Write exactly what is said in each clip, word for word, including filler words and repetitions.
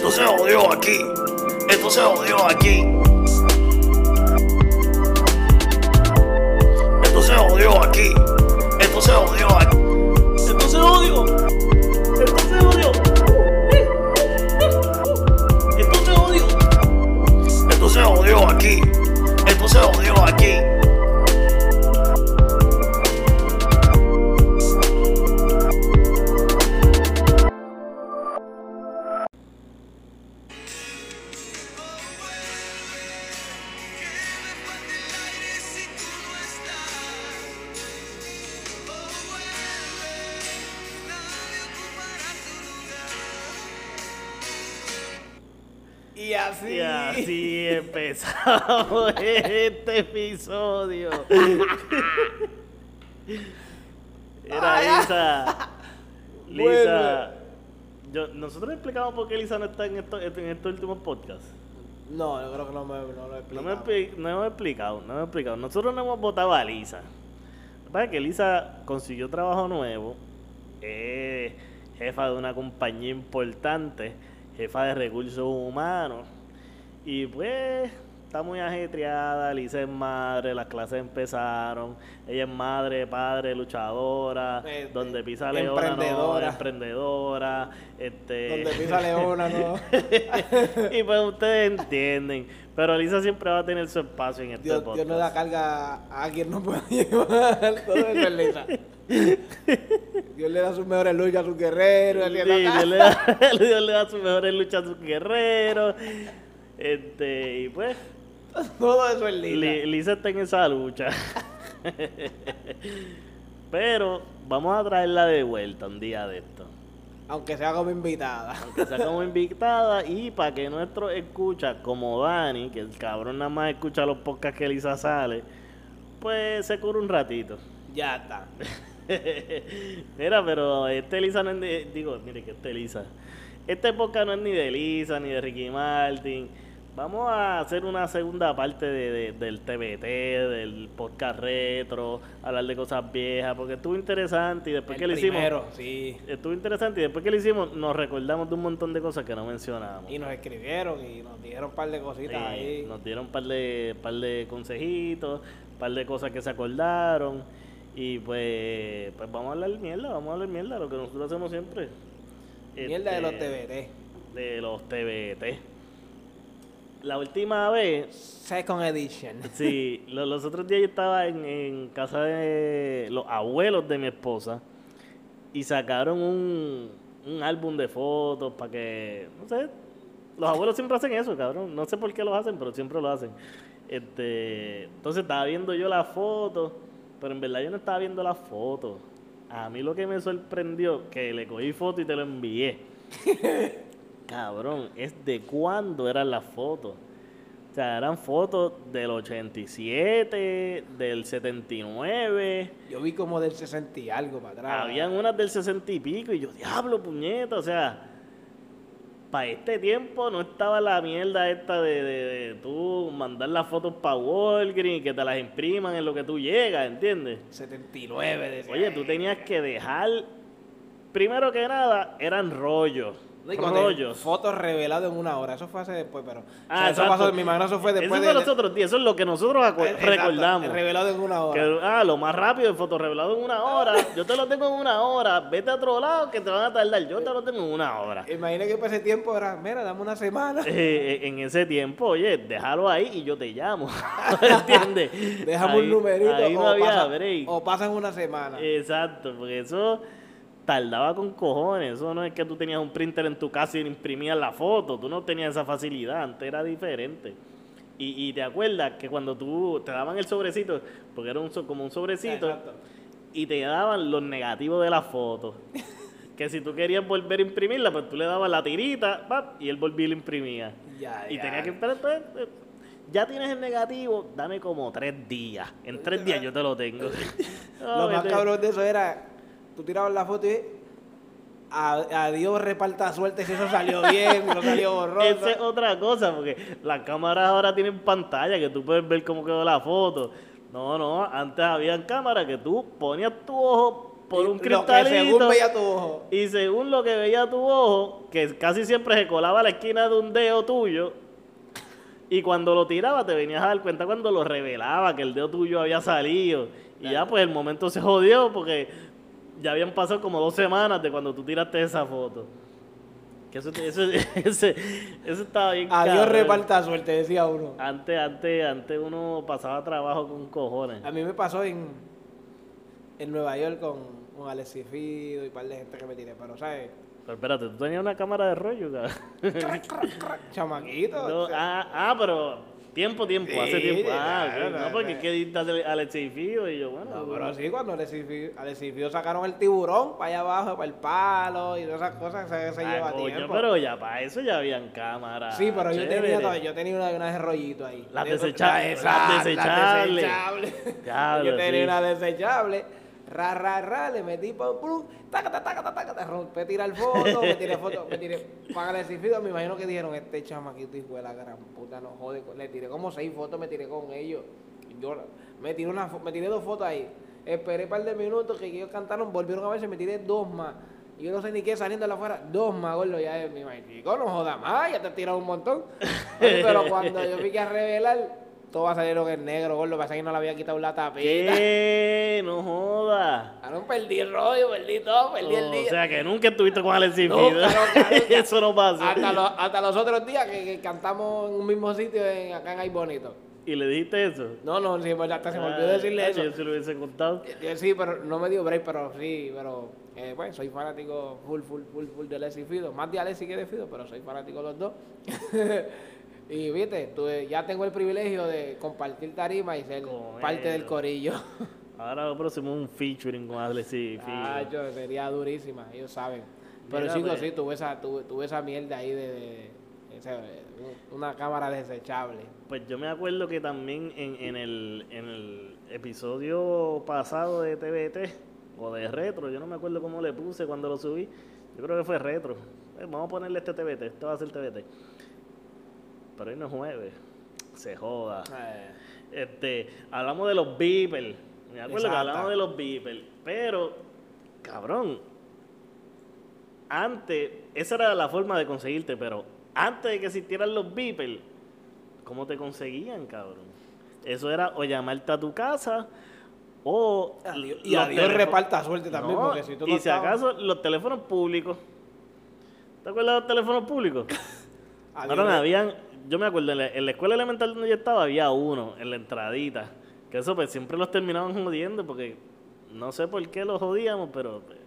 Esto se jodió aquí. Esto se jodió aquí. Esto se jodió aquí. Esto se jodió aquí. Esto se jodió. Esto se jodió. Esto se jodió. Esto se jodió aquí. Esto se jodió aquí. Y así, Y así empezamos este episodio. Era Lisa. Lisa. Yo, nosotros explicamos por qué Lisa no está en estos, en estos últimos podcasts. No, yo creo que no, me, no lo he No, me explicado. expli- no hemos explicado, no hemos explicado. Nosotros no hemos votado a Lisa. Lo que pasa es que Lisa consiguió trabajo nuevo, es jefa de una compañía importante, jefa de recursos humanos, y pues está muy ajetreada. Lisa es madre, las clases empezaron, ella es madre, padre, luchadora, Eh, donde pisa eh, leona, emprendedora. no, emprendedora, este... Donde pisa leona, ¿no? Y pues ustedes entienden, pero Lisa siempre va a tener su espacio en este Dios, podcast. Dios no da carga a quien no puede llevar. Todo eso es Lisa. Dios le da sus mejores luchas a sus guerreros. Sí, Dios Dios le da, Dios le da sus mejores luchas a sus guerreros. Este, y pues, Todo eso es Lisa. Li- Lisa está en esa lucha. Pero vamos a traerla de vuelta un día de esto. Aunque sea como invitada. Aunque sea como invitada, y para que nuestros escuchas, como Dani, que el cabrón nada más escucha los podcasts que Lisa sale, pues se cura un ratito. Ya está. Mira, pero este Lisa no es de... Digo, mire que este Lisa... Este podcast no es ni de Lisa, ni de Ricky Martin. Vamos a hacer una segunda parte de, de- del T V T, del podcast retro, hablar de cosas viejas, porque estuvo interesante y después El que lo primero, hicimos... sí. Estuvo interesante y después que lo hicimos nos recordamos de un montón de cosas que no mencionábamos. Y nos escribieron y nos dijeron un par de cositas Sí, ahí. nos dieron un par de, par de consejitos, un par de cosas que se acordaron. Y pues, pues vamos a hablar mierda, vamos a hablar mierda, lo que nosotros hacemos siempre. Mierda de Este, los T V T. De los T V T. La última vez, Second Edition. sí, lo- los otros días yo estaba en, en casa de los abuelos de mi esposa y sacaron un, un álbum de fotos para que, no sé, los abuelos siempre hacen eso, cabrón. No sé por qué lo hacen, pero siempre lo hacen. Este, entonces estaba viendo yo las fotos, pero en verdad yo no estaba viendo las fotos. A mí lo que me sorprendió, que le cogí foto y te lo envié. Cabrón, es de cuándo eran las fotos. O sea, eran fotos del ochenta y siete, del setenta y nueve. Yo vi como del sesenta y algo para atrás. Habían unas del sesenta y pico y yo, diablo, puñeta, o sea, para este tiempo no estaba la mierda esta de, de, de tú mandar las fotos para Walgreens y que te las impriman en lo que tú llegas, ¿entiendes? setenta y nueve. Decía. Oye, tú tenías que dejar, primero que nada, eran rollos, No, y cuando te- rollos. Fotos reveladas en una hora. Eso fue hace después, pero. Ah, o sea, eso exacto. pasó, mi imagino, eso fue después Eso de. fue los otros días, eso es lo que nosotros acu- Exacto, recordamos. Revelado en una hora. Que, ah, lo más rápido, el foto revelado en una hora. Yo te lo tengo en una hora. Vete a otro lado que te van a tardar. Yo te lo tengo en una hora. Imagina que para ese tiempo era, mira, dame una semana. Eh, en ese tiempo, oye, déjalo ahí y yo te llamo. ¿Entiendes? Dejamos Ahí- un numerito Ahí no o, había pasa- break. o pasan una semana. Exacto, porque eso tardaba con cojones. Eso no es que tú tenías un printer en tu casa y imprimías la foto. Tú no tenías esa facilidad. Antes era diferente. Y, y te acuerdas que cuando tú te daban el sobrecito, porque era un, so- como un sobrecito, Exacto. y te daban los negativos de la foto. Que si tú querías volver a imprimirla, pues tú le dabas la tirita, ¡pap! Y él volvía y la imprimía. Ya, Y ya. tenía que esperar, pues, eh, ya tienes el negativo, dame como tres días. En tres días yo te lo tengo. No, Lo más vete. cabrón de eso era, tú tirabas la foto y a, adiós reparta suerte si eso salió bien, no salió borroso. Esa es otra cosa, porque las cámaras ahora tienen pantalla que tú puedes ver cómo quedó la foto. No, no, antes habían cámaras que tú ponías tu ojo por un Lo que cristalito. según veía tu ojo. Y según lo que veía tu ojo, que casi siempre se colaba a la esquina de un dedo tuyo, y cuando lo tiraba te venías a dar cuenta cuando lo revelaba, que el dedo tuyo había salido. Y ya pues el momento se jodió porque ya habían pasado como dos semanas de cuando tú tiraste esa foto. Que eso, eso, ese, eso estaba bien Adiós, cabrón. reparta suerte, decía uno. Antes, antes, antes uno pasaba trabajo con cojones. A mí me pasó en, en Nueva York con, con Alexis Fido y un par de gente que me tiré, pero ¿sabes? Pero espérate, tú tenías una cámara de rollo, cabrón. Chamaquito. No, o sea, ah, ah, pero tiempo, tiempo, hace Sí, tiempo. Ah, claro, ok, no, claro, porque claro. es que dictaste Alexis Fido y yo, bueno. No, pero sí, cuando Alexis Fido, Alexis Fido sacaron el tiburón para allá abajo, para el palo y todas esas cosas, se, se Ah, lleva coño, tiempo. pero ya para eso ya habían cámaras. Sí, pero yo tenía, chéveres. todavía- yo tenía una, una de rollito ahí. Las De- desechables, Exacto, las desechables. desechables. Diablo, yo tenía sí. una desechable. Ra, ra, ra, le metí pum, pum, taca, taca, taca, taca, taca, rompí tirar fotos, me tiré fotos, me tiré, para Alexis Fido, me imagino que dijeron, este chamaquito hijo de la gran puta, no jode, le tiré como seis fotos, me tiré con ellos, yo me tiré una, fo- me tiré dos fotos ahí, esperé un par de minutos que ellos cantaron, volvieron a verse, me tiré dos más, y yo no sé ni qué saliendo de afuera, dos más, gordo, ya me imagino, no joda más, ya te has tirado un montón, pero cuando yo fui que a revelar, todo va a salir en negro, gordo, pasa que no le había quitado la tapita. ¿Qué? No jodas. Ahora perdí el rollo, perdí todo, perdí el Oh, día. o sea que nunca estuviste con Alexis Nunca, Fido. nunca, nunca. Eso no pasa. hasta, los, hasta los otros días que, que cantamos en un mismo sitio en, acá en Ay Bonito. ¿Y le dijiste eso? No, no, sí, pues, hasta se me olvidó decirle Ah, eso. Yo se lo hubiese contado. Yo sí, pero no me dio break, pero sí, pero eh, bueno, soy fanático full, full, full, full de Alexis Fido. Más de Alexis que de Fido, pero soy fanático de los dos. Y viste, tuve- ya tengo el privilegio de compartir tarima y ser Con parte del ellos. corillo. Ahora lo próximo es un featuring con Alexis Fido. Ah, yo, sería durísima, ellos saben. Pero Mira, chicos, pues. sí, tuve esa, tuve, tuve esa mierda ahí de, de- ese- una cámara desechable. Pues yo me acuerdo que también en, en, el, en el episodio pasado de T V T o de Retro, yo no me acuerdo cómo le puse cuando lo subí, yo creo que fue Retro. Eh, vamos a ponerle este T V T, esto va a ser T V T. Pero hoy no es jueves, se joda. Este, hablamos de los beepers, me acuerdo que Exacto. hablamos de los beepers, pero, cabrón, antes, esa era la forma de conseguirte, pero antes de que existieran los beepers, ¿cómo te conseguían, cabrón? Eso era o llamarte a tu casa o... Adiós- y los a Dios teléfonos- reparta suerte también, No, porque si tú y no si estabas- acaso los teléfonos públicos. ¿Te acuerdas de los teléfonos públicos? a Dios Cabrón, re- habían, yo me acuerdo, en la, en la escuela elemental donde yo estaba había uno, en la entradita, que eso pues siempre los terminaban jodiendo porque no sé por qué los jodíamos, pero pues,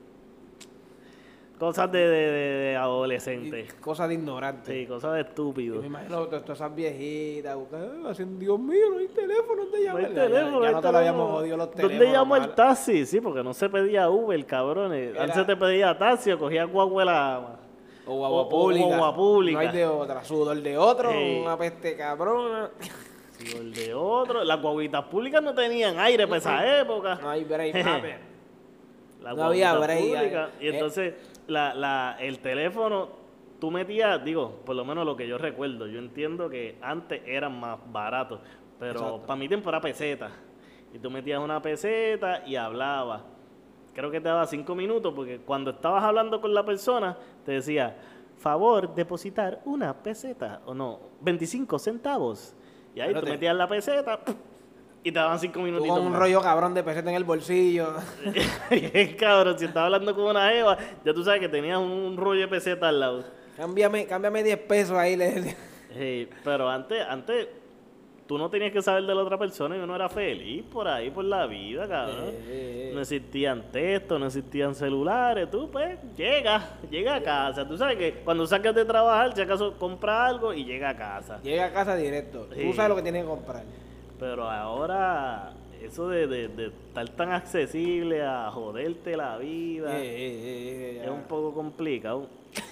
cosas de, de, de, de adolescentes, y cosas de ignorantes. sí, cosas de Y estúpidos. me imagino todas todas esas viejitas buscando, "Ah, haciendo, Dios mío, no hay teléfono, ¿dónde No llamar?" hay Ya- teléfono, ya, hay no te lo habíamos teléfono. jodido los teléfonos. ¿Dónde llamo el mal. taxi? Sí, porque no se pedía Uber, cabrones. Era- Antes te pedía taxi o cogía guagua de la ama. O O- guagua o pública. guagua pública. No hay de otra. Sudor de otro, Sí. una peste cabrona. Y el de otro. Las guaguitas públicas no tenían aire para esa época. No hay break, papi. La No había guaguita break, pública. eh. Y entonces la, la, el teléfono, tú metías, digo, por lo menos lo que yo recuerdo, yo entiendo que antes eran más baratos, pero Exacto. para mi tiempo era peseta. Y tú metías una peseta y hablabas. Creo que te daba cinco minutos porque cuando estabas hablando con la persona te decía, favor, depositar una peseta, o no, veinticinco centavos. Y ahí tú Espérate. metías la peseta y te daban cinco Tú minutitos con un más. rollo cabrón de peseta en el bolsillo. Cabrón, si estaba hablando con una jeva, ya tú sabes que tenías un rollo de peseta al lado. cámbiame, cámbiame diez pesos ahí. Le decía. Sí, pero antes, antes, tú no tenías que saber de la otra persona y uno era feliz por ahí, por la vida, cabrón. Eh, eh, eh. No existían textos, no existían celulares, tú pues llega, llega a casa. Tú sabes que cuando sacas de trabajar, si acaso compra algo y llega a casa. Llega a casa directo. Sí. Tú sabes lo que tienes que comprar. Pero ahora, eso de, de, de estar tan accesible a joderte la vida, Eh, eh, eh, eh, es ya. un poco complicado.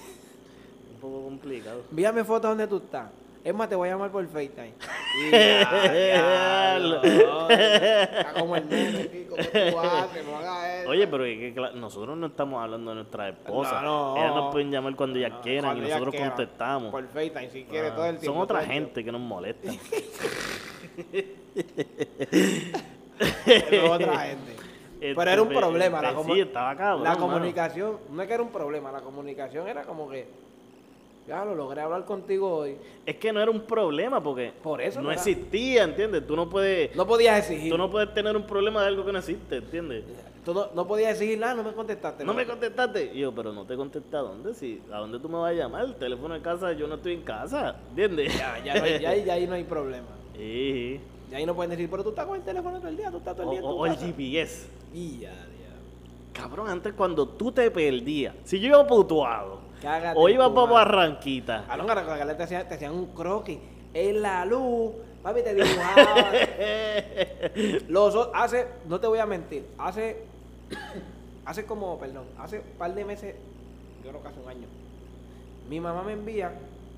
un poco complicado. Envíame fotos donde tú estás. Es más, te voy a llamar por FaceTime. Y ya, ya, no, está como el nene aquí, como tú haces, no hagas eso. Oye, pero es que cla- nosotros no estamos hablando de nuestras esposas. No, no. Ellas nos pueden llamar cuando ellas quieran Cuando y ellas nosotros quieran, contestamos. Por FaceTime, si quieres, Ah, todo el tiempo. son otra todo el tiempo. gente que nos molesta. Es otra gente. Pero era un problema. La, sí, estaba cabrón, la mano. comunicación, no es que era un problema, la comunicación era como que, ya lo logré hablar contigo hoy. Es que no era un problema porque Por eso no no era. existía, ¿entiendes? Tú no puedes, No podías exigir. tú no puedes tener un problema de algo que no existe, ¿entiendes? Tú no, no podías exigir nada, no me contestaste. No me contestaste. Y yo, pero no te contesté a dónde, si, ¿a dónde tú me vas a llamar? El teléfono de casa, yo no estoy en casa, ¿entiendes? Ya, ya, no hay- ya, ahí- ya ahí no hay problema. Sí. Ya ahí no pueden decir, pero tú estás con el teléfono todo el día, tú estás todo el O, día en tu o- o el casa. G P S. Y ya, ya. Cabrón, antes cuando tú te perdías, si yo iba putuado, Cágate o iba en tu para madre. Barranquita, A los te hacían, te hacían un croquis en la luz, papi, te dibujaban. Los o- hace, no te voy a mentir, hace, hace como, perdón, hace un par de meses, yo creo que hace un año, mi mamá me envía,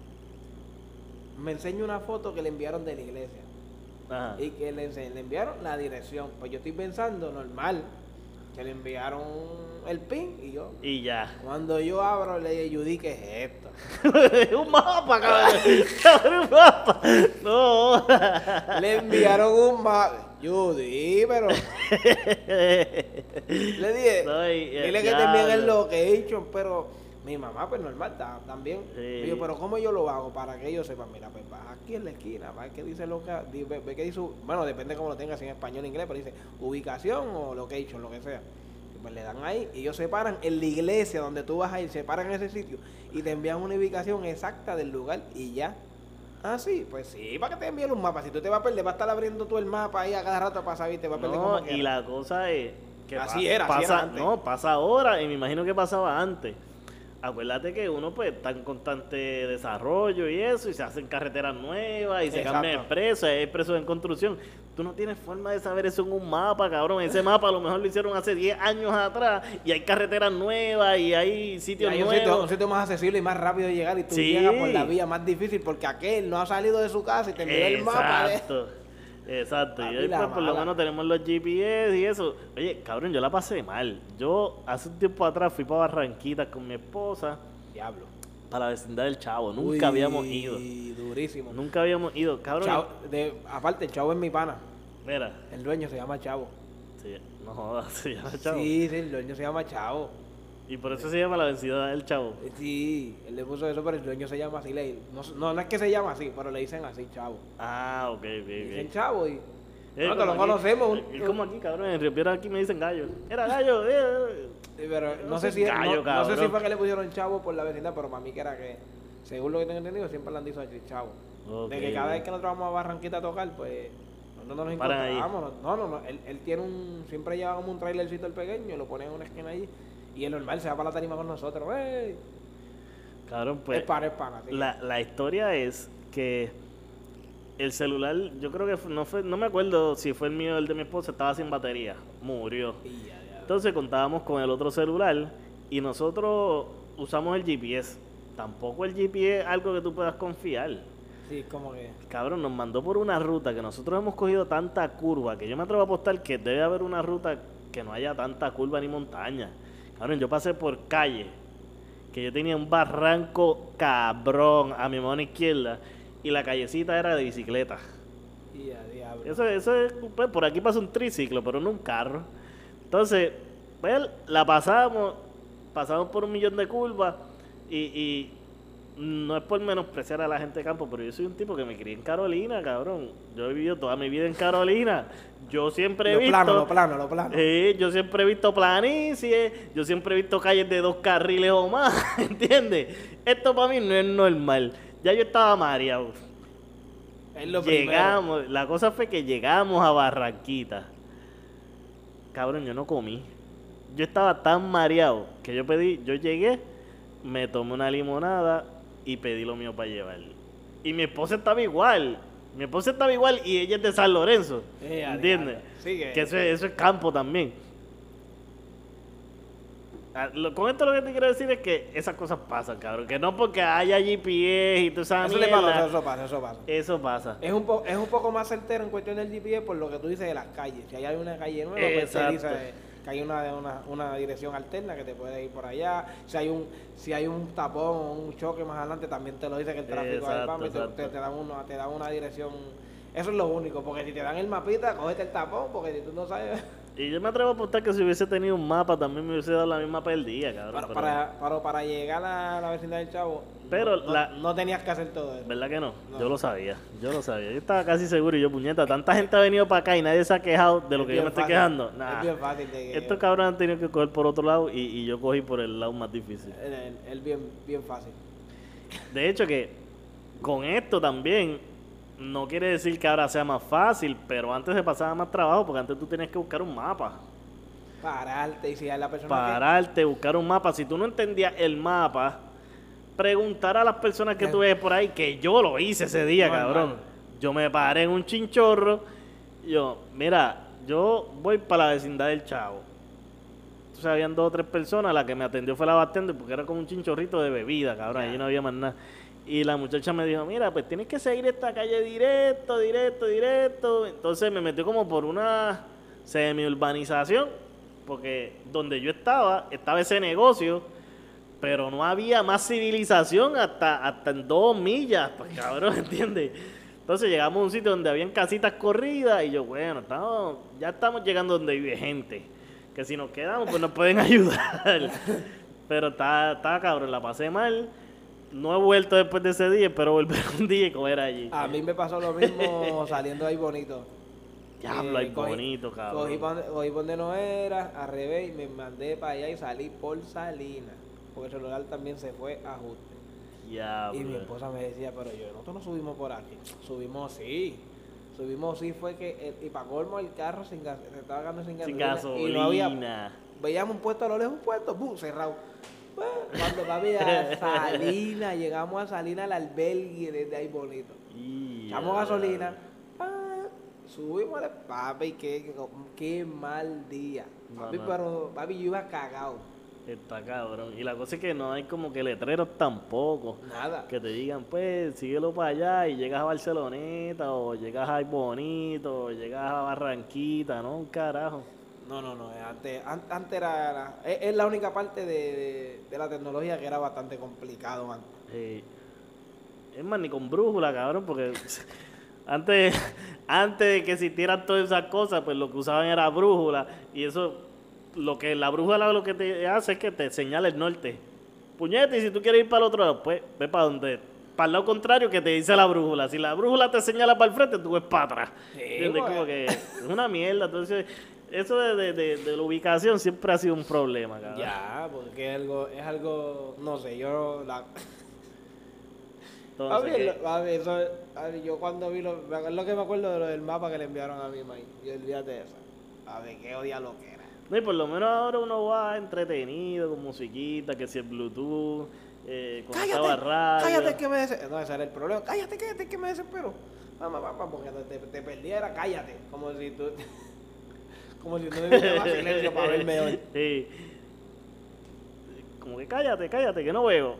me enseña una foto que le enviaron de la iglesia Ajá. y que le, ense- le enviaron la dirección. Pues yo estoy pensando, normal, que le enviaron el pin y yo, Y ya. cuando yo abro, le dije, Judy, ¿qué es esto? Un mapa, cabrón. Cabrón, un mapa. No. Le enviaron un mapa. Judy, pero. Le dije, No, y- y- dile que te envíen el diablo. location, pero mi mamá, pues normal, ta- también. Sí. Me dijo, pero ¿cómo yo lo hago? Para que ellos sepan, mira, pues vas aquí en la esquina, va que dice lo que. di- Ve, ve que dice, bueno, depende cómo lo tengas, si en español o inglés, pero dice ubicación o location, lo que sea. Y pues le dan ahí y ellos se paran en la iglesia donde tú vas a ir, se paran en ese sitio y te envían una ubicación exacta del lugar y ya. Ah, sí, pues sí, para que te envíen un mapa. Si tú te vas a perder, vas a estar abriendo tú el mapa ahí a cada rato para saber y te vas a perder No, como y quieras. la cosa es que Así pa- era, así pasa, era antes. no, pasa ahora y me imagino que pasaba antes. Acuérdate que uno pues está en constante desarrollo y eso, y se hacen carreteras nuevas y se Exacto. cambian expresos, hay expresos en construcción. Tú no tienes forma de saber eso en un mapa, cabrón. Ese mapa a lo mejor lo hicieron hace diez años atrás y hay carreteras nuevas y hay Y sitios hay un sitio, nuevos. un sitio más accesible y más rápido de llegar y tú Sí. llegas por la vía más difícil porque aquel no ha salido de su casa y te envió el mapa. de- Exacto. Exacto, Papi, y hoy la pues, por lo mala. menos tenemos los G P S y eso. Oye, cabrón, yo la pasé mal. Yo hace un tiempo atrás fui para Barranquita con mi esposa Diablo. para la vecindad del Chavo. Nunca Uy, habíamos ido. Durísimo. Nunca habíamos ido, cabrón. Chavo- de- aparte, el Chavo es mi pana. Mira, El dueño se llama Chavo. sí, no jodas, se llama Chavo. Sí, sí, el dueño se llama Chavo. Y por eso se llama la vecindad del Chavo. Sí, él le puso eso, pero el dueño se llama así. Le, no, no, no es que se llama así, pero le dicen así, Chavo. Ah, ok, ok, Le dicen ok. Chavo y. Eh, no, te como lo aquí- conocemos. un- Es como aquí, cabrón, en Río Piedra aquí me dicen gallo. Era gallo, eh, eh. Sí, pero no, No sé soy si gallo, no, no sé cabrón. si fue que le pusieron Chavo por la vecindad, pero para mí que era que, según lo que tengo entendido, siempre le han dicho así, Chavo. Ok, De que cada ok. vez que nosotros vamos a Barranquita a tocar, pues nosotros nos Paran ahí. encontramos. No, no, no. Él, él tiene un, siempre lleva como un trailercito el pequeño, lo pone en una esquina allí y es normal, se va para la tarima con nosotros. ¡Ey! Cabrón, pues. es para, es para. así que- La, la historia es que el celular, yo creo que fue- no fue, no me acuerdo si fue el mío o el de mi esposa, estaba sin batería, murió. Y ya, ya. Entonces contábamos con el otro celular y nosotros usamos el G P S. Tampoco el G P S es algo que tú puedas confiar. Sí, como que. Cabrón, nos mandó por una ruta que nosotros hemos cogido tanta curva que yo me atrevo a apostar que debe haber una ruta que no haya tanta curva ni montaña. Cabrón, yo pasé por calle que yo tenía un barranco cabrón a mi mano izquierda y la callecita era de bicicleta. Y ya, diablo. Eso, eso es, pues, por aquí pasa un triciclo, pero no un carro. Entonces, pues, la pasamos, pasamos por un millón de curvas y, y no es por menospreciar a la gente de campo, pero yo soy un tipo que me crié en Carolina, cabrón. Yo he vivido toda mi vida en Carolina. Yo siempre he Lo visto... plano, lo plano, lo plano. Sí, yo siempre he visto planicies, yo siempre he visto calles de dos carriles o más, ¿entiendes? Esto para mí no es normal. Ya yo estaba mareado. Es lo Llegamos, la cosa fue que llegamos a Barranquita. Cabrón, yo no comí. Yo estaba tan mareado que yo pedí, yo llegué, me tomé una limonada y pedí lo mío para llevar. Y mi esposa estaba igual. Mi esposa estaba igual y ella es de San Lorenzo. Eh, a ¿Entiendes? diablo. Sí, que- Que eso, es- eso es campo también. Ah, lo- Con esto lo que te quiero decir es que esas cosas pasan, cabrón. Que no porque haya G P S y toda esa Eso le mierda, pasa, eso pasa, eso pasa. eso pasa. Es un, po- es un poco más certero en cuestión del G P S por lo que tú dices de las calles. Si hay una calle nueva, pues te Exacto. dice que hay una, una, una dirección alterna que te puede ir por allá. Si hay un si hay un tapón o un choque más adelante, también te lo dice que el tráfico ahí, Exacto, pam, y te, exacto. te, te dan una, te dan una dirección. Eso es lo único, porque si te dan el mapita, cógete el tapón, porque si tú no sabes... Y yo me atrevo a apostar que si hubiese tenido un mapa también me hubiese dado la misma perdida, cabrón. Para, pero- para, para, para llegar a la vecindad del Chavo, Pero no, no- la- no tenías que hacer todo eso. ¿Verdad que no? No. Yo lo sabía, yo lo sabía. Yo estaba casi seguro y yo, puñeta, tanta gente ha venido para acá y nadie se ha quejado de lo Es que yo bien me estoy fácil, quejando. Es Nah. bien fácil de que... Estos cabrones han tenido que coger por otro lado y, y yo cogí por el lado más difícil. Es es bien, bien fácil. De hecho que con esto también no quiere decir que ahora sea más fácil, pero antes se pasaba más trabajo porque antes tú tenías que buscar un mapa. Pararte y si hay la persona Pararte, buscar un mapa. Si tú no entendías el mapa, preguntar a las personas que tú ves por ahí, que yo lo hice ese día, Normal. cabrón. Yo me paré en un chinchorro. y Yo, mira, yo voy para la vecindad del Chavo. Entonces habían dos o tres personas, la que me atendió fue la bartender porque era como un chinchorrito de bebida, cabrón, allí no había más nada. Y la muchacha me dijo, mira, pues tienes que seguir esta calle directo, directo, directo. Entonces me metió como por una semi-urbanización, porque donde yo estaba, estaba ese negocio, pero no había más civilización hasta, hasta en dos millas, pues cabrón, ¿entiendes? Entonces llegamos a un sitio donde habían casitas corridas y yo, bueno, estamos, ya estamos llegando donde vive gente, que si nos quedamos pues nos pueden ayudar. Pero está, está cabrón, la pasé mal. No he vuelto después de ese día, pero volver un día y comer allí. A mí me pasó lo mismo saliendo ahí bonito. Diablo, Eh, hay cogí- bonito, cabrón. Cogí para donde no era, al revés, y me mandé para allá y salí por Salinas. Porque el celular también se fue a ajuste. Diablo. Y mi esposa me decía, pero yo, nosotros no subimos por aquí. Subimos sí. Subimos sí, fue que, el- y para colmo el carro sin gas, se estaba ganando sin Sin gasolina. Y no había, gasolina. veíamos un puesto a lo lejos, un puesto, ¡bum! Cerrado. Pues, cuando papi a Salinas, llegamos a Salinas al albergue desde ahí bonito. Y- Echamos gasolina, pa, subimos de papi, qué, qué mal día. No, Papi, no. pero papi, yo iba cagado. Está cabrón. Y la cosa es que no hay como que letreros tampoco. Nada. Que te digan, pues, síguelo para allá y llegas a Barceloneta, o llegas a Ay Bonito, o llegas a Barranquita, ¿no? Un carajo. No, no, no. Antes, an- antes era, era- es, es la única parte de, de- de la tecnología que era bastante complicado antes. Eh, es más, ni con brújula, cabrón, porque antes, antes de que existieran todas esas cosas, pues lo que usaban era brújula. Y eso, lo que la brújula lo que te hace es que te señala el norte. Puñete, y si tú quieres ir para el otro lado, pues ve para donde, para el lado contrario que te dice la brújula. Si la brújula te señala para el frente, tú ves para atrás. Sí, ¿Entiendes? pues. Como que es una mierda. Entonces, eso de, de, de, de la ubicación siempre ha sido un problema, cabrón. Ya, porque es algo, es algo, no sé, yo la... Entonces, A mí, ¿qué? lo- a mí, eso, a mí, yo cuando vi lo, me acuerdo- lo que me acuerdo de lo del mapa que le enviaron a mi maíz. Y olvídate de eso. A ver, qué odia lo que era. No, y por lo menos ahora uno va entretenido con musiquita, que si es Bluetooth, eh, con esta radio. cállate que me desespero. No, ese era el problema. Cállate, cállate que me desespero. Vamos, vamos, porque te, te, te perdiera, cállate. Como si tú. Como si no necesitabas silencio para verme hoy. Sí. Como que cállate, cállate, que no veo.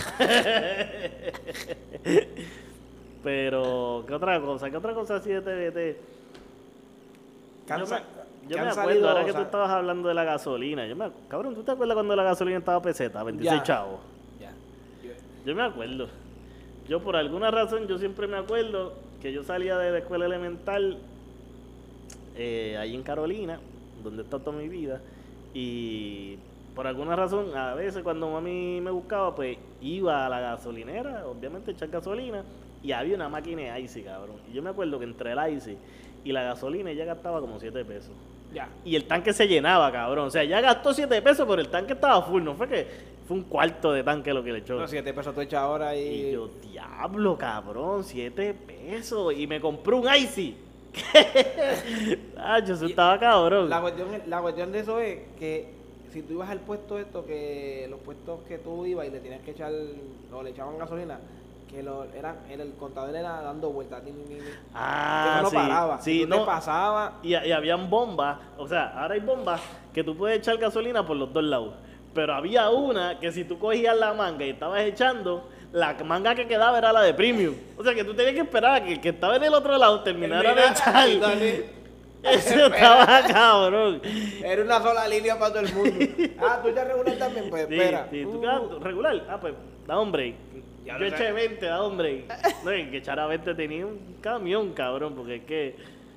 Pero, ¿qué otra cosa? ¿Qué otra cosa así de T V T? Cansa- Yo me, yo que me han acuerdo, salido, ahora o que sea- tú estabas hablando de la gasolina. Yo me, ac- cabrón, ¿tú te acuerdas cuando la gasolina estaba peseta? veintiséis Ya. chavos. Ya. Yo- Yo me acuerdo. Yo por alguna razón, yo siempre me acuerdo que yo salía de la escuela elemental eh, ahí en Carolina, donde está toda mi vida, y por alguna razón, a veces cuando mami me buscaba, pues iba a la gasolinera, obviamente echar gasolina, y había una máquina de Icy, cabrón. Y yo me acuerdo que entre el Icy y la gasolina ella gastaba como siete pesos. Ya. Y el tanque se llenaba, cabrón. O sea, ya gastó siete pesos, pero el tanque estaba full. No fue que fue un cuarto de tanque lo que le echó. No, siete pesos tú echas ahora y. Y yo, diablo, cabrón, siete pesos. Y me compré un Icy. Ah, yo eso Y- estaba cabrón. La cuestión, la cuestión de eso es que si tú ibas al puesto esto, que los puestos que tú ibas y le tenías que echar, o le echaban gasolina, que lo, eran, era, el contador era dando vueltas. Ni, ni, ni. Ah, Eso no sí. paraba. Sí, Si tú te no. pasaba. Y, y habían bombas, o sea, ahora hay bombas que tú puedes echar gasolina por los dos lados. Pero había una que si tú cogías la manga y estabas echando, la manga que quedaba era la de premium. O sea que tú tenías que esperar a que el que estaba en el otro lado terminara de Terminara, y echar. dale. Eso estaba cabrón. Era una sola línea para todo el mundo. Ah, tú ya regular también, pues Sí, espera. sí, tú Uh, quedas regular. Ah, pues, da un break. Ya Yo lo eché sé. veinte, da un break. No, y que echara veinte tenía un camión, cabrón, porque es que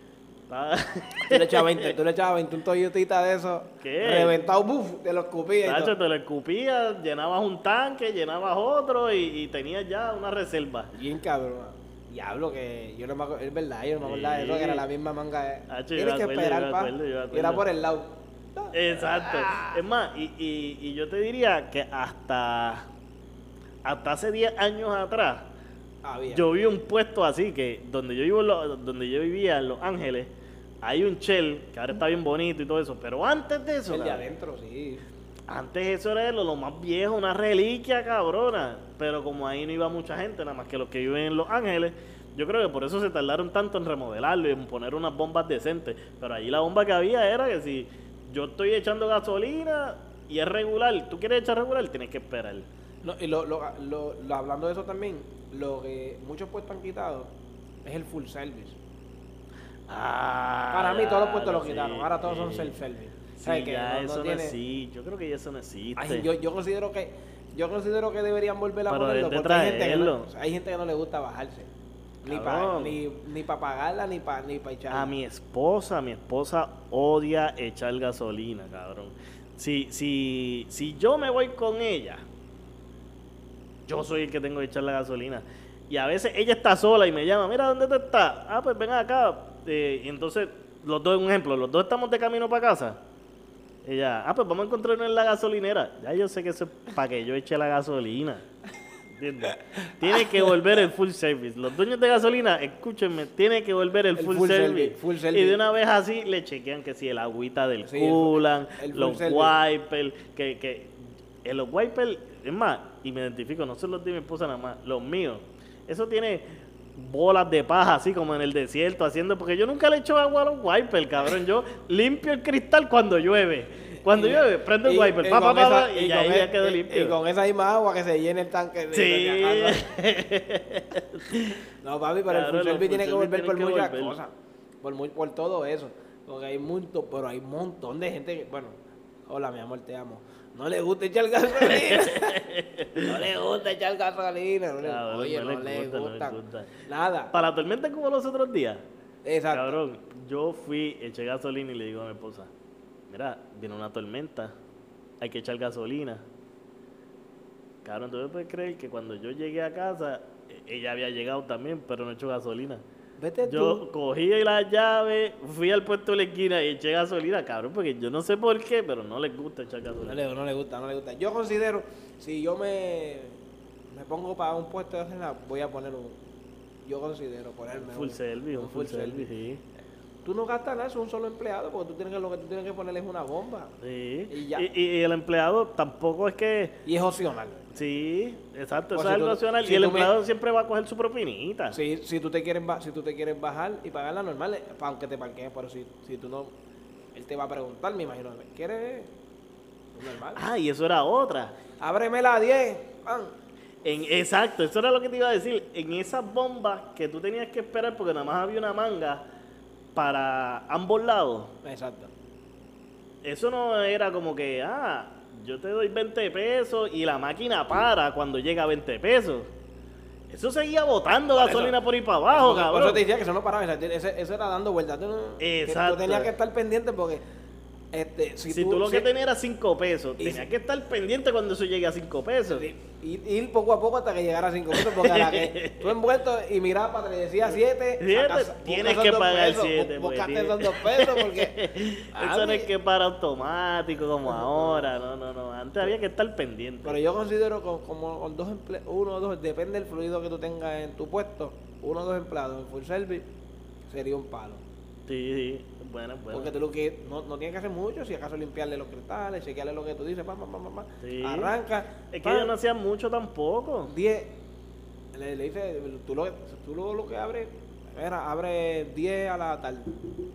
Estaba- Tú le echabas veinte, tú le echabas veinte, un Toyotita de esos, ¿Qué? reventado, buf, te lo escupía y Tacho, todo. te lo escupías, llenabas un tanque, llenabas otro y, y tenías ya una reserva. Bien cabrón. Diablo, que yo no me acuerdo, es verdad, yo no me acordaba de eso, Sí. que era la misma manga. De, Hacho, yo tienes me que acuerdo, esperar, yo me pa. acuerdo, yo me Y era acuerdo. por el lado. Exacto. Ah. Es más, y, y, y yo te diría que hasta, hasta hace diez años atrás, Había. yo vi un puesto así, que donde yo, vivo, en Lo- donde yo vivía, en Los Ángeles, hay un Shell, que ahora está bien bonito y todo eso, pero antes de eso, el de cabrón, adentro, sí. antes eso era lo, lo más viejo, una reliquia cabrona, pero como ahí no iba mucha gente, nada más que los que viven en Los Ángeles, yo creo que por eso se tardaron tanto en remodelarlo y en poner unas bombas decentes, pero allí la bomba que había era que si yo estoy echando gasolina y es regular, tú quieres echar regular, tienes que esperar. No, y lo, lo, lo, lo- hablando de eso también, lo que muchos puestos han quitado es el full service. Ah, Para mí todos los puestos claro, lo quitaron, sí, ahora todos son sí. self-service. Sí, ¿Sabes qué? ya No- no eso no tiene- existe, yo creo que ya eso no existe. Ay, yo, yo considero que yo considero que deberían volver a Pero ponerlo deben de porque hay gente, que no, traerlo. o sea, hay gente que no le gusta bajarse. Ni para Cabrón. ni, ni pa pagarla ni para ni pa echarla. A mi esposa, mi esposa odia echar gasolina, cabrón. Si, si, si yo me voy con ella, yo soy el que tengo que echar la gasolina. Y a veces ella está sola y me llama, mira, ¿dónde tú estás? Ah, pues ven acá. Eh, y entonces, los dos, un ejemplo, los dos estamos de camino para casa. Ella, ah, pues vamos a encontrarnos en la gasolinera. Ya yo sé que eso es para que yo eche la gasolina. ¿Entiendes? Tiene que volver el full service. Los dueños de gasolina, escúchenme, tiene que volver el, El full, full service. service, full Y service. de una vez así le chequean que si el agüita del Sí, el fu- coolant, el full los service. wipers, que, que en los wipers, es más, y me identifico, no son los de mi esposa nada más, los míos. Eso tiene bolas de paja así como en el desierto haciendo, porque yo nunca le echo agua a los wipers, cabrón. Yo limpio el cristal cuando llueve. Cuando Y- llueve, prendo el y- wiper, y pa, pa, con pa, esa- pa, y, y ahí con ya e- quedó y- limpio. Y con esa misma agua que se llene el tanque de, Sí. de casa. No, papi, pero Cabrón, el full los service full tiene que service volver tienen por que muchas volver. cosas. Por, muy, por todo eso. Porque hay un montón, pero hay un montón de gente que, bueno, hola mi amor, te amo. No le gusta echar gasolina. No le gusta echar gasolina. No le, Cabrón, oye, no no, le le gusta, no le gusta. gusta. Nada. Para la tormenta como los otros días. Exacto. Cabrón, yo fui, eché gasolina y le digo a mi esposa, mira, viene una tormenta, hay que echar gasolina. Cabrón, ¿tú me puedes creer que cuando yo llegué a casa, e- ella había llegado también, pero no echó gasolina? Vete Yo tú. cogí la llave, fui al puesto de la esquina y eché gasolina, cabrón, porque yo no sé por qué, pero no les gusta echar No gasolina. le, no le gusta, no le gusta. Yo considero, si yo me, me pongo para un puesto de gasolina, voy a poner un. Yo considero ponerme Full un- service, un un full service, sí. Tú no gastas nada, es un solo empleado, porque tú tienes que, lo que tú tienes que ponerle es una bomba. Sí. Y ya. Y, y- y el empleado tampoco es que... Y es opcional. Sí, exacto, Pues eso si es algo tú- opcional. si y el tú me- empleado siempre va a coger su propinita. Si, si, tú te quieres, ba- si tú te quieres bajar y pagarla normal, eh, pa- aunque te parquees, pero si, si tú no, él te va a preguntar, me imagino, ¿quieres? Normal. Ah, y eso era otra. Ábreme la diez, pan. En, exacto, eso era lo que te iba a decir. En esas bombas que tú tenías que esperar porque nada más había una manga para ambos lados. Exacto. Eso no era como que, ah, yo te doy veinte pesos y la máquina para cuando llega a veinte pesos. Eso seguía botando Por gasolina eso- por ahí para abajo, Por eso- por cabrón. eso te decía que eso no paraba, ese- ese- eso era dando vueltas. Tú, no- que Exacto. tú tenías que estar pendiente porque este, si, Si, tú, tú lo si- que tenías era cinco pesos, y tenías si- que estar pendiente cuando eso llegue a cinco pesos. sí, ir, ir poco a poco hasta que llegara a cinco pesos, porque a la que tú envuelto y mirabas para atrás y decía siete, Siete, sacas- tienes buscas que esos dos pagar pesos, siete, bu- pues, Buscaste tienes- esos dos pesos porque... Eso no es que para automático como ahora, no, no, no. Antes había que estar pendiente. Pero yo considero co- como con dos emple- uno o dos, depende del fluido que tú tengas en tu puesto, uno o dos empleados en full service sería un palo. Sí, sí, bueno, bueno. Porque tú lo que no, no tienes que hacer mucho, si acaso limpiarle los cristales, chequearle lo que tú dices, pam, pam, pam, pam, pam, Sí. arranca. Es que pam, ellos no hacían mucho tampoco. diez, le, le dice, tú lo, tú lo, lo que abres, era, abre diez a la tarde.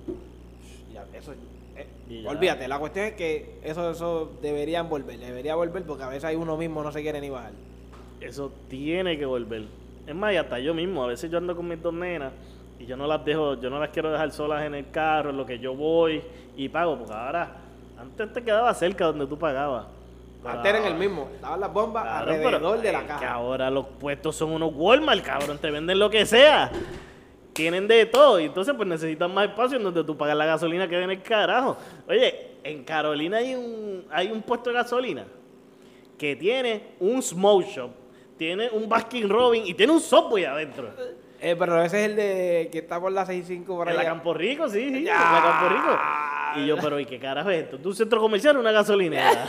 Ya, eso, eh, Y ya. olvídate, la cuestión es que eso, eso deberían volver, debería volver porque a veces hay uno mismo no se quiere ni bajar. Eso tiene que volver. Es más, y hasta yo mismo, a veces yo ando con mis dos nenas y yo no las dejo, yo no las quiero dejar solas en el carro, en lo que yo voy y pago, porque ahora, antes te quedaba cerca donde tú pagabas. Pero Antes era en el ahora- mismo, estaban las bombas Claro, alrededor pero de la es que caja. ahora los puestos son unos Walmart, cabrón, te venden lo que sea. tienen de todo. Y entonces, pues necesitan más espacio en donde tú pagas la gasolina que viene el carajo. Oye, en Carolina hay un, hay un puesto de gasolina que tiene un smoke shop, tiene un Baskin Robbins y tiene un Subway adentro. Eh, pero ese es el de que está por la seis cinco por En allá. la Campo Rico, sí, sí, en Ya. la Campo Rico. Y yo, pero ¿y qué carajo es esto? ¿Tú un centro comercial o una gasolinera?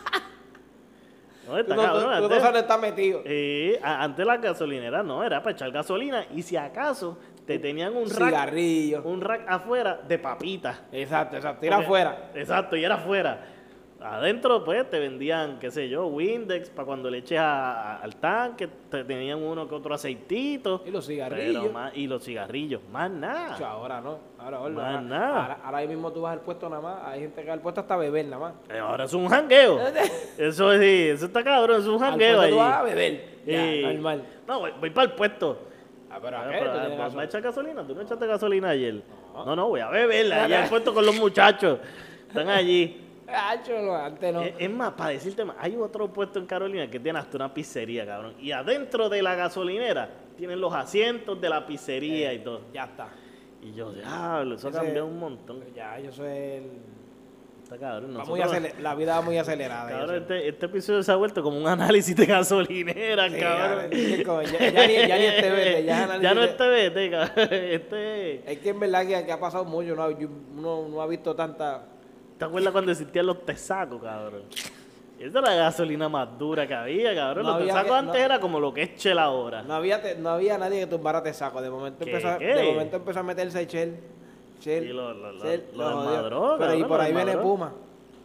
No, Tú está no, cabrón. tú- tú no antes- sabes dónde está metido. Eh, a- antes la gasolinera no, era para echar gasolina y si acaso te tenían un rack, Cigarrillo. un rack afuera de papitas. Exacto, exacto. Tira Porque- afuera. Exacto, y era afuera. Adentro, pues, te vendían, qué sé yo, Windex para cuando le eches a- a- al tanque. Te tenían uno que otro aceitito. Y los pero cigarrillos. más- y los cigarrillos, más nada. Chacho, ahora no. Ahora, ahora, Más ahora, nada. ahora, ahora ahí mismo tú vas al puesto nada más. Hay gente que va al puesto hasta beber nada más. Eh, Ahora es un jangueo. Eso sí, eso está cabrón, es un Al jangueo puesto allí. tú vas a beber. Ya, Sí. normal. No, voy, voy para el puesto. Ah, pero Ah, ¿a qué? pero, ¿Tú ah, tienes ¿vas razón? a echar gasolina? ¿Tú no echaste gasolina ayer? No. No, no, voy a beberla. Allá al puesto con los muchachos. Están allí. Chacho, no, antes no. Es, es más, para decirte más, hay otro puesto en Carolina que tiene hasta una pizzería, cabrón. Y adentro de la gasolinera tienen los asientos de la pizzería Eh, y todo. Ya está. Y yo, diablo, eso ha Ese- cambiado un montón. Ya, yo soy el... Está cabrón. va muy nosotros- acele- La vida va muy acelerada. yo Cabrón, sé. este, este episodio se ha vuelto como un análisis de gasolinera, Sí, cabrón. ya, como ya, ya ni, ya ni este vete, ya es análisis Ya no de- este vete, cabrón. Este... Es que en verdad que, que ha pasado mucho, ¿no? Yo- uno no ha visto tanta... ¿Te acuerdas cuando existían los tesacos, cabrón? Esa era la gasolina más dura que había, cabrón. No los había tesacos que- antes no- era como lo que es Chela ahora. No había, te- no había nadie que tumbara te saco. De momento, ¿Qué, empezó, a- qué? de momento empezó a meterse Shell. Shell. Y lo- lo- lo- Shell, lo jodió. desmadró, Pero y cabrón, por lo ahí viene desmadró. Puma.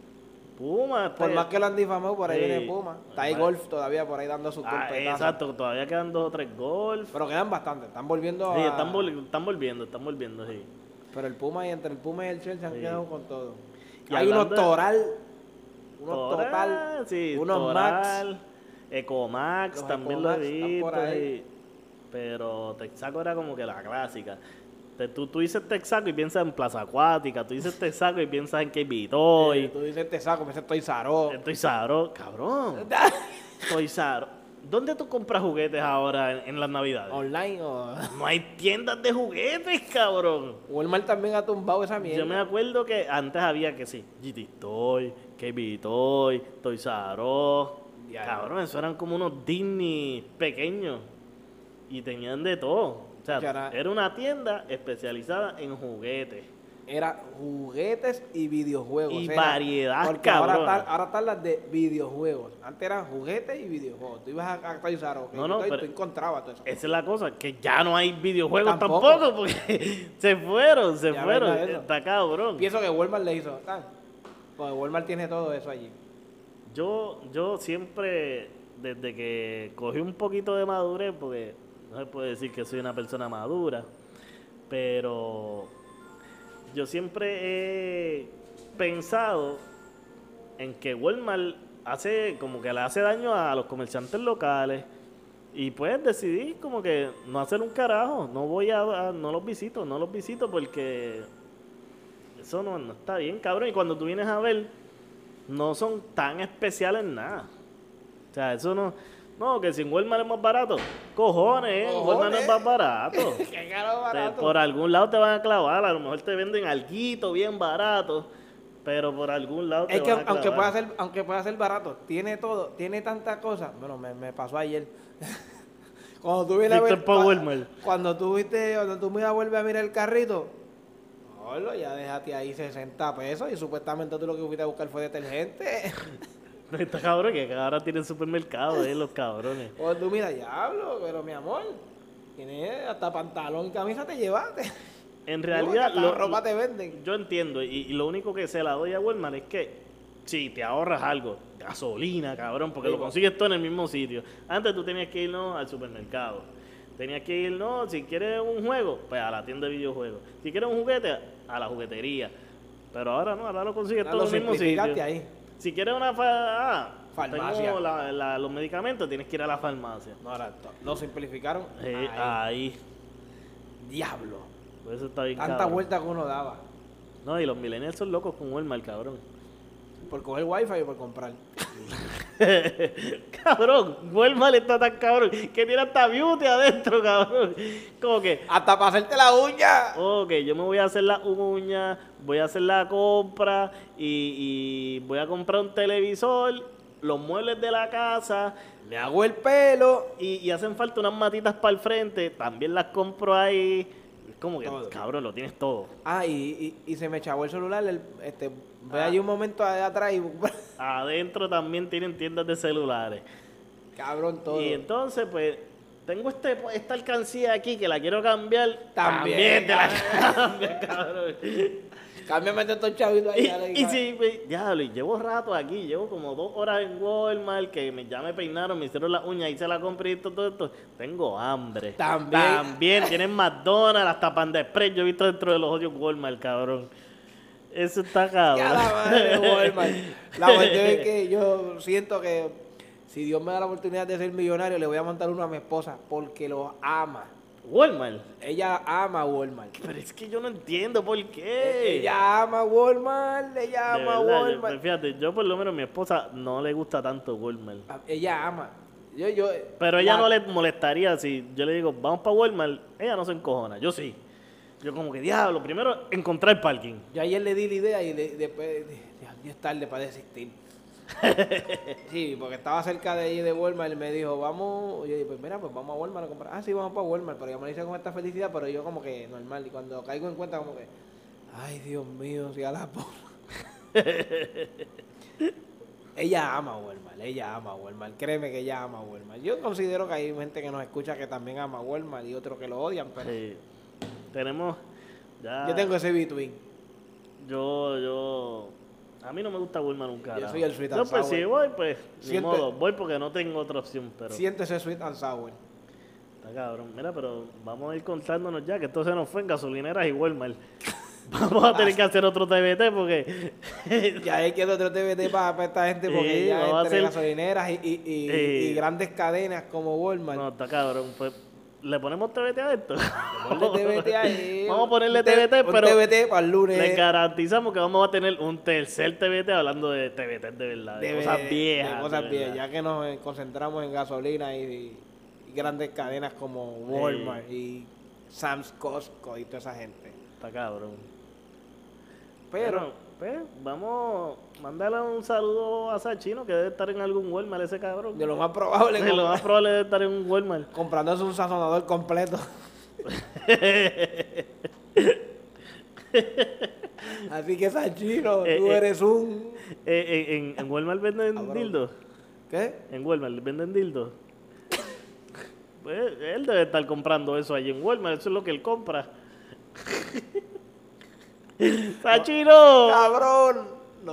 Puma. Por este- más que lo han difamado, por ahí Sí. viene Puma. Está ahí Vale. Golf todavía por ahí dando sus Ah, golpetazos. exacto, todavía quedan dos o tres golf. Pero quedan bastantes. Están volviendo Sí, a... están, vol- están volviendo, están volviendo, sí. Pero el Puma y entre el Puma y el Shell se han Sí. quedado con todo. Y Hay unos hablando de- Toral. Unos Toral, Total. sí, unos Toral, Max. Ecomax, Los también lo he Ecomax están visto. por ahí. sí. Pero Texaco era como que la clásica. Te- tú, tú dices Texaco y piensas en Plaza Acuática, tú dices Texaco y piensas en K B Eh, Toy, Tú dices te saco, me dices estoy Saro. Estoy Saro, cabrón. Estoy Saro. ¿Dónde tú compras juguetes ahora en, en las navidades? Online o... No hay tiendas de juguetes, cabrón. Walmart también ha tumbado esa mierda. Yo me acuerdo que antes había que sí, G T Toy, K B Toy, Toy Saro. Ya, Cabrón, eso eran como unos Disney pequeños. Y tenían de todo. O sea, Ya era- era una tienda especializada en juguetes. Era juguetes y videojuegos. Y era- variedad, Porque ahora cabrón. están, ahora están las de videojuegos. Antes eran juguetes y videojuegos. Tú ibas a, a Toys R Us, No, no, y tú pero- encontrabas todo eso. Esa es la cosa, que ya no hay videojuegos Tampoco. tampoco, porque se fueron, se Ya fueron. ves, eso. Está cabrón. Pienso que Walmart le hizo. ¿Tan? Porque Walmart tiene todo eso allí. Yo, yo siempre, desde que cogí un poquito de madurez, porque no se puede decir que soy una persona madura, pero yo siempre he pensado en que Walmart hace, como que le hace daño a los comerciantes locales. Y pues decidí como que no hacer un carajo, no voy a, a- no los visito, no los visito porque eso no, no está bien, cabrón. Y cuando tú vienes a ver, no son tan especiales en nada. O sea, eso no, no, que si en Walmart es más barato, cojones, ¿eh? En Walmart no es más barato. Qué caro Te- barato. por algún lado te van a clavar, a lo mejor te venden alguito bien barato, pero por algún lado te Es que van a aunque clavar. pueda ser, aunque pueda ser barato, tiene todo, tiene tantas cosas. Bueno, me, me pasó ayer. Cuando tú vienes a Fuiste ver, pa' cua- Walmart. cuando tú viste, cuando tú miras, vuelves a mirar el carrito, hola, ya déjate ahí sesenta pesos y supuestamente tú lo que fuiste a buscar fue detergente. Está cabrón que ahora tienen supermercado, eh, los cabrones. Cuando tú miras, diablo, pero mi amor, tiene hasta pantalón y camisa te llevaste. En No, realidad, hasta lo- ropa te venden. yo entiendo, y, y lo único que se la doy a Walmart es que si te ahorras algo, gasolina, cabrón, porque Sí, lo po. consigues todo en el mismo sitio. Antes tú tenías que ir ¿no? al supermercado. Tenías que ir, no, si quieres un juego, pues a la tienda de videojuegos. Si quieres un juguete, a la juguetería. Pero ahora no, ahora lo consigues Ya todo lo en el mismo simplificaste sitio. ahí. Si quieres una fa ah, Farmacia. tengo la- la- los medicamentos, tienes que ir a la farmacia. No, ahora to- lo simplificaron. Eh, Ahí. ahí. Diablo. Por eso está bien Tanta cabrón. vuelta que uno daba. No, y los millennials son locos con Walmart, cabrón. por coger wifi y por comprar. Cabrón, Walmart está tan cabrón que tiene hasta beauty adentro, cabrón. Como que, Hasta para hacerte la uña. ok, yo me voy a hacer la uña, voy a hacer la compra y, y voy a comprar un televisor, los muebles de la casa Me hago el pelo. y, y hacen falta unas matitas para el frente, también las compro ahí. Es como que, Todo. cabrón, lo tienes todo. Ah, y, y, y se me chavó el celular. El, este, ve Ah. allí un momento de atrás y Adentro también tienen tiendas de celulares. cabrón todo. Y entonces, pues, tengo este, esta alcancía aquí que la quiero cambiar. También, te la cambio, cabrón. Cámbiame de estos chavitos ahí. Y, dale, y dale. sí, pues, ya, lo- llevo rato aquí, llevo como dos horas en Walmart, que me, ya me peinaron, me hicieron las uñas, hice la compra y todo, todo esto. Tengo hambre. También. También, tienen McDonald's, hasta Panda Express, yo he visto dentro de los odios Walmart, cabrón. Eso está cabrón. Ya la madre de Walmart. La cuestión es que yo siento que si Dios me da la oportunidad de ser millonario, le voy a montar uno a mi esposa porque lo ama. Walmart. Ella ama Walmart. Pero es que yo no entiendo por qué. Ella ama Walmart, ella De ama verdad, yo- Walmart. pues fíjate, yo por lo menos a mi esposa no le gusta tanto Walmart. Ella ama. Yo, yo, Pero ella la- no le molestaría si yo le digo, vamos para Walmart. Ella no se encojona, yo sí. Yo como que, diablo, primero encontrar parking. Yo ayer le di la idea y le- después dije, ya es tarde para desistir. Sí, porque estaba cerca de allí de Walmart y me dijo, vamos, y yo dije, pues mira, pues vamos a Walmart a comprar. Ah, sí, vamos para Walmart, pero yo me lo hice con esta felicidad, pero yo como que normal. Y cuando caigo en cuenta como que, ay, Dios mío, si a la porra. Ella ama Walmart, ella ama Walmart, créeme que ella ama Walmart. Yo considero que hay gente que nos escucha que también ama Walmart y otros que lo odian, pero Sí. Tenemos ya... yo tengo ese between. Yo, yo... A mí no me gusta Walmart nunca. Yo carajo. soy el sweet Yo and pues sour. si voy, pues, ni Siente- modo. Voy porque no tengo otra opción, pero... Siento ese sweet and sour. Está cabrón. Mira, pero vamos a ir contándonos ya, que esto se nos fue en gasolineras y Walmart. Vamos a tener que hacer otro T V T porque... Ya hay que otro T V T para, para esta gente porque Sí, ya vamos a entre hacer- gasolineras y, y, y, Eh. y grandes cadenas como Walmart. No, está cabrón. Pues, ¿le ponemos T V T a esto? Ponle T V T ahí. Vamos a ponerle Un T- T V T, un pero T V T para el lunes. les garantizamos que vamos a tener un tercer T V T hablando de T V T de verdad, de, de- cosas viejas. de cosas de viejas, verdad. ya que nos eh, concentramos en gasolina y, y grandes cadenas como Walmart y Sam's Costco y toda esa gente. Está cabrón. Pero, pues, vamos a mandarle un saludo a Sachino, que debe estar en algún Walmart ese cabrón. de lo más probable, Sí, lo más probable debe estar en un Walmart. comprándose un sazonador completo. Así que Sanchino, Eh, tú eh. eres un... Eh, en, en Walmart venden Cabrón. dildos. ¿Qué? En Walmart venden dildos. Pues él debe estar comprando eso allí en Walmart, eso es lo que él compra. ¡Sachino! ¡Cabrón! No.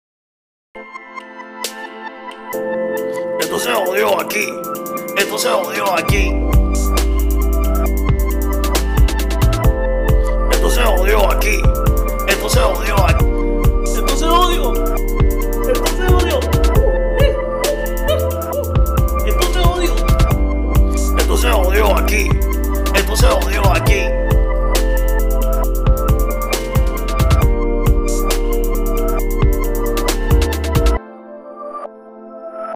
Esto se jodió aquí. Esto se jodió aquí. Esto se jodió aquí. Esto se jodió aquí. Esto se jodió. Esto se jodió. Esto se jodió. Esto se jodió aquí. Esto se jodió aquí.